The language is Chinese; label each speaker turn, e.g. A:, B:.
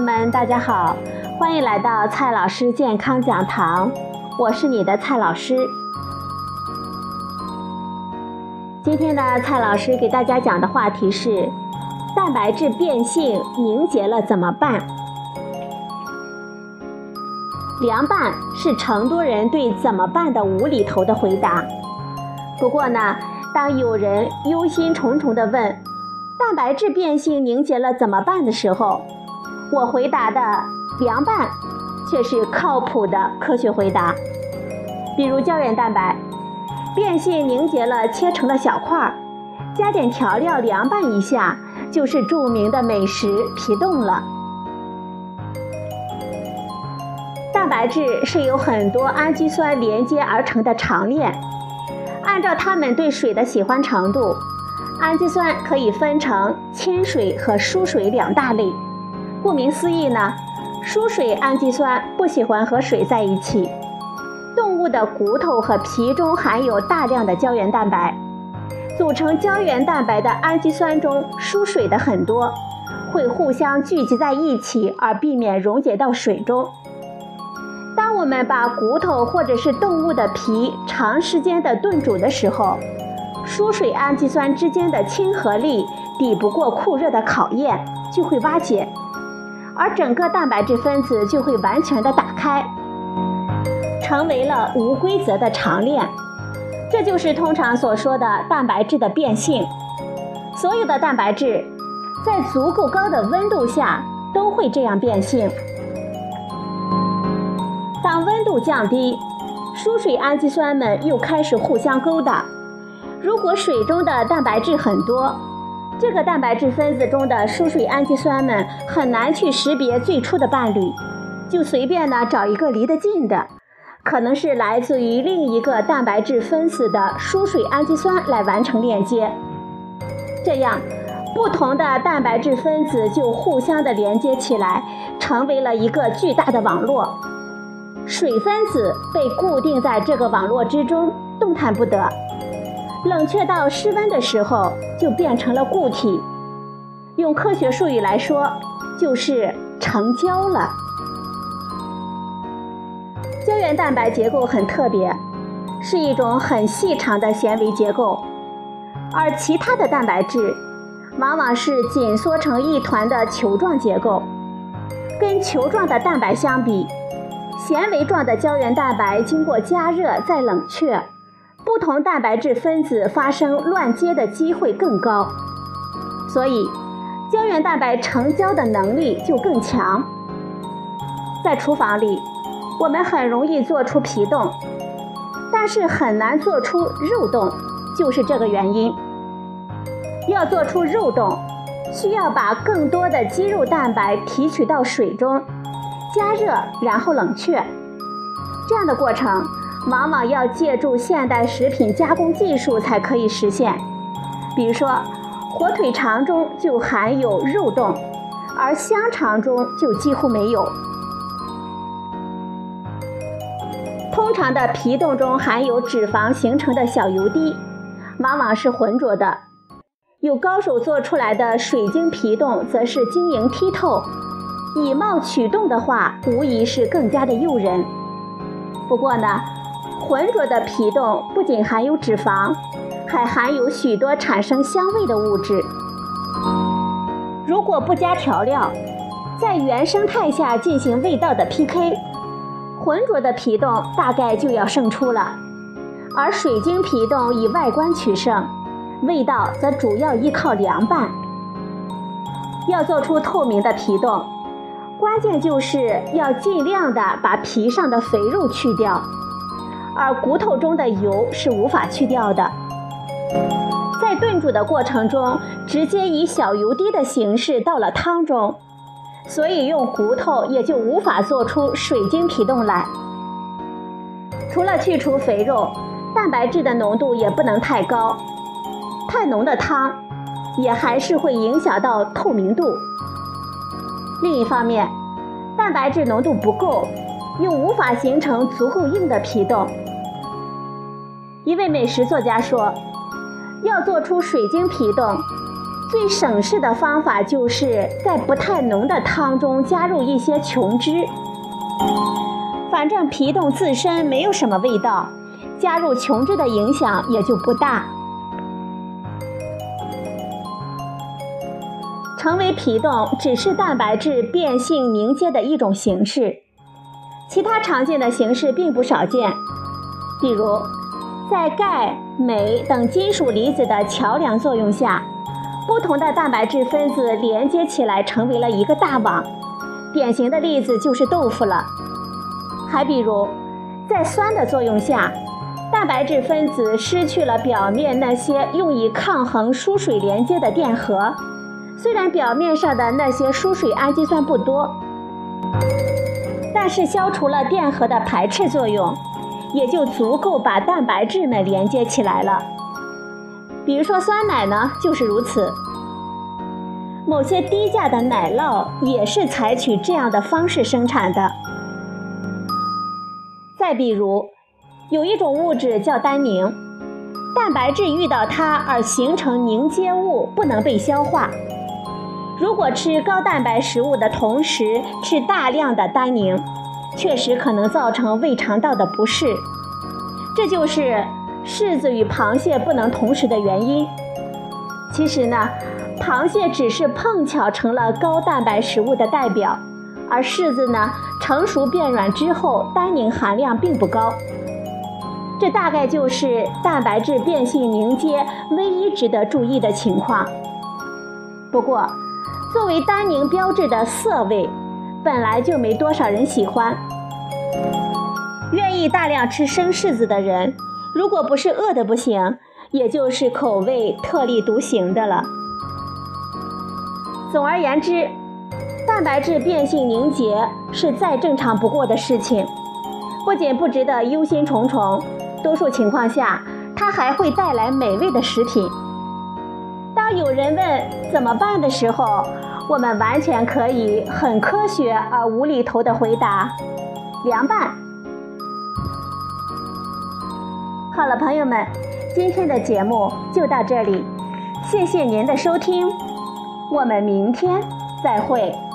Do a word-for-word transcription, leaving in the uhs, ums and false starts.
A: 们，大家好，欢迎来到蔡老师健康讲堂，我是你的蔡老师。今天呢，蔡老师给大家讲的话题是蛋白质变性凝结了怎么办？凉拌是成都人对怎么办的无厘头的回答。不过呢，当有人忧心忡忡地问蛋白质变性凝结了怎么办的时候，我回答的凉拌却是靠谱的科学回答。比如胶原蛋白变性凝结了，切成了小块，加点调料凉拌一下，就是著名的美食皮冻了。蛋白质是由很多氨基酸连接而成的长链，按照它们对水的喜欢程度，氨基酸可以分成亲水和疏水两大类。顾名思义呢，疏水氨基酸不喜欢和水在一起。动物的骨头和皮中含有大量的胶原蛋白，组成胶原蛋白的氨基酸中疏水的很多，会互相聚集在一起而避免溶解到水中。当我们把骨头或者是动物的皮长时间的炖煮的时候，疏水氨基酸之间的亲和力抵不过酷热的考验，就会瓦解，而整个蛋白质分子就会完全的打开，成为了无规则的长链。这就是通常所说的蛋白质的变性。所有的蛋白质在足够高的温度下都会这样变性。当温度降低，疏水氨基酸们又开始互相勾搭。如果水中的蛋白质很多，这个蛋白质分子中的疏水氨基酸们很难去识别最初的伴侣，就随便呢找一个离得近的，可能是来自于另一个蛋白质分子的疏水氨基酸来完成链接。这样，不同的蛋白质分子就互相的连接起来，成为了一个巨大的网络。水分子被固定在这个网络之中，动弹不得。冷却到室温的时候，就变成了固体。用科学术语来说，就是成胶了。胶原蛋白结构很特别，是一种很细长的纤维结构，而其他的蛋白质往往是紧缩成一团的球状结构。跟球状的蛋白相比，纤维状的胶原蛋白经过加热再冷却，不同蛋白质分子发生乱接的机会更高，所以胶原蛋白成胶的能力就更强。在厨房里，我们很容易做出皮冻，但是很难做出肉冻，就是这个原因。要做出肉冻，需要把更多的肌肉蛋白提取到水中，加热然后冷却。这样的过程往往要借助现代食品加工技术才可以实现。比如说，火腿肠中就含有肉冻，而香肠中就几乎没有。通常的皮冻中含有脂肪形成的小油滴，往往是浑浊的。有高手做出来的水晶皮冻则是晶莹剔透，以貌取冻的话，无疑是更加的诱人。不过呢，浑浊的皮冻不仅含有脂肪，还含有许多产生香味的物质。如果不加调料，在原生态下进行味道的 P K， 浑浊的皮冻大概就要胜出了。而水晶皮冻以外观取胜，味道则主要依靠凉拌。要做出透明的皮冻，关键就是要尽量的把皮上的肥肉去掉，而骨头中的油是无法去掉的。在炖煮的过程中，直接以小油滴的形式到了汤中，所以用骨头也就无法做出水晶皮冻来。除了去除肥肉，蛋白质的浓度也不能太高，太浓的汤也还是会影响到透明度。另一方面，蛋白质浓度不够，又无法形成足够硬的皮冻。一位美食作家说，要做出水晶皮冻， 最省事的方法就是在不太浓的汤中加入一些琼脂，反正皮冻自身没有什么味道，加入琼脂的影响也就不大。成为皮冻只是蛋白质变性凝结的一种形式，其他常见的形式并不少见，比如在钙、镁等金属离子的桥梁作用下，不同的蛋白质分子连接起来成为了一个大网，典型的例子就是豆腐了。还比如在酸的作用下，蛋白质分子失去了表面那些用以抗衡疏水连接的电荷，虽然表面上的那些疏水氨基酸不多，但是消除了电荷的排斥作用，也就足够把蛋白质们连接起来了。比如说酸奶呢，就是如此。某些低价的奶酪也是采取这样的方式生产的。再比如，有一种物质叫单宁，蛋白质遇到它而形成凝结物，不能被消化。如果吃高蛋白食物的同时吃大量的单宁，确实可能造成胃肠道的不适，这就是柿子与螃蟹不能同时的原因。其实呢，螃蟹只是碰巧成了高蛋白食物的代表，而柿子呢，成熟变软之后单宁含量并不高。这大概就是蛋白质变性凝结唯一值得注意的情况。不过作为单宁标志的涩味本来就没多少人喜欢，愿意大量吃生柿子的人，如果不是饿得不行，也就是口味特立独行的了。总而言之，蛋白质变性凝结是再正常不过的事情，不仅不值得忧心忡忡，多数情况下它还会带来美味的食品。当有人问怎么办的时候，我们完全可以很科学而无厘头地回答：凉拌。好了，朋友们，今天的节目就到这里，谢谢您的收听，我们明天再会。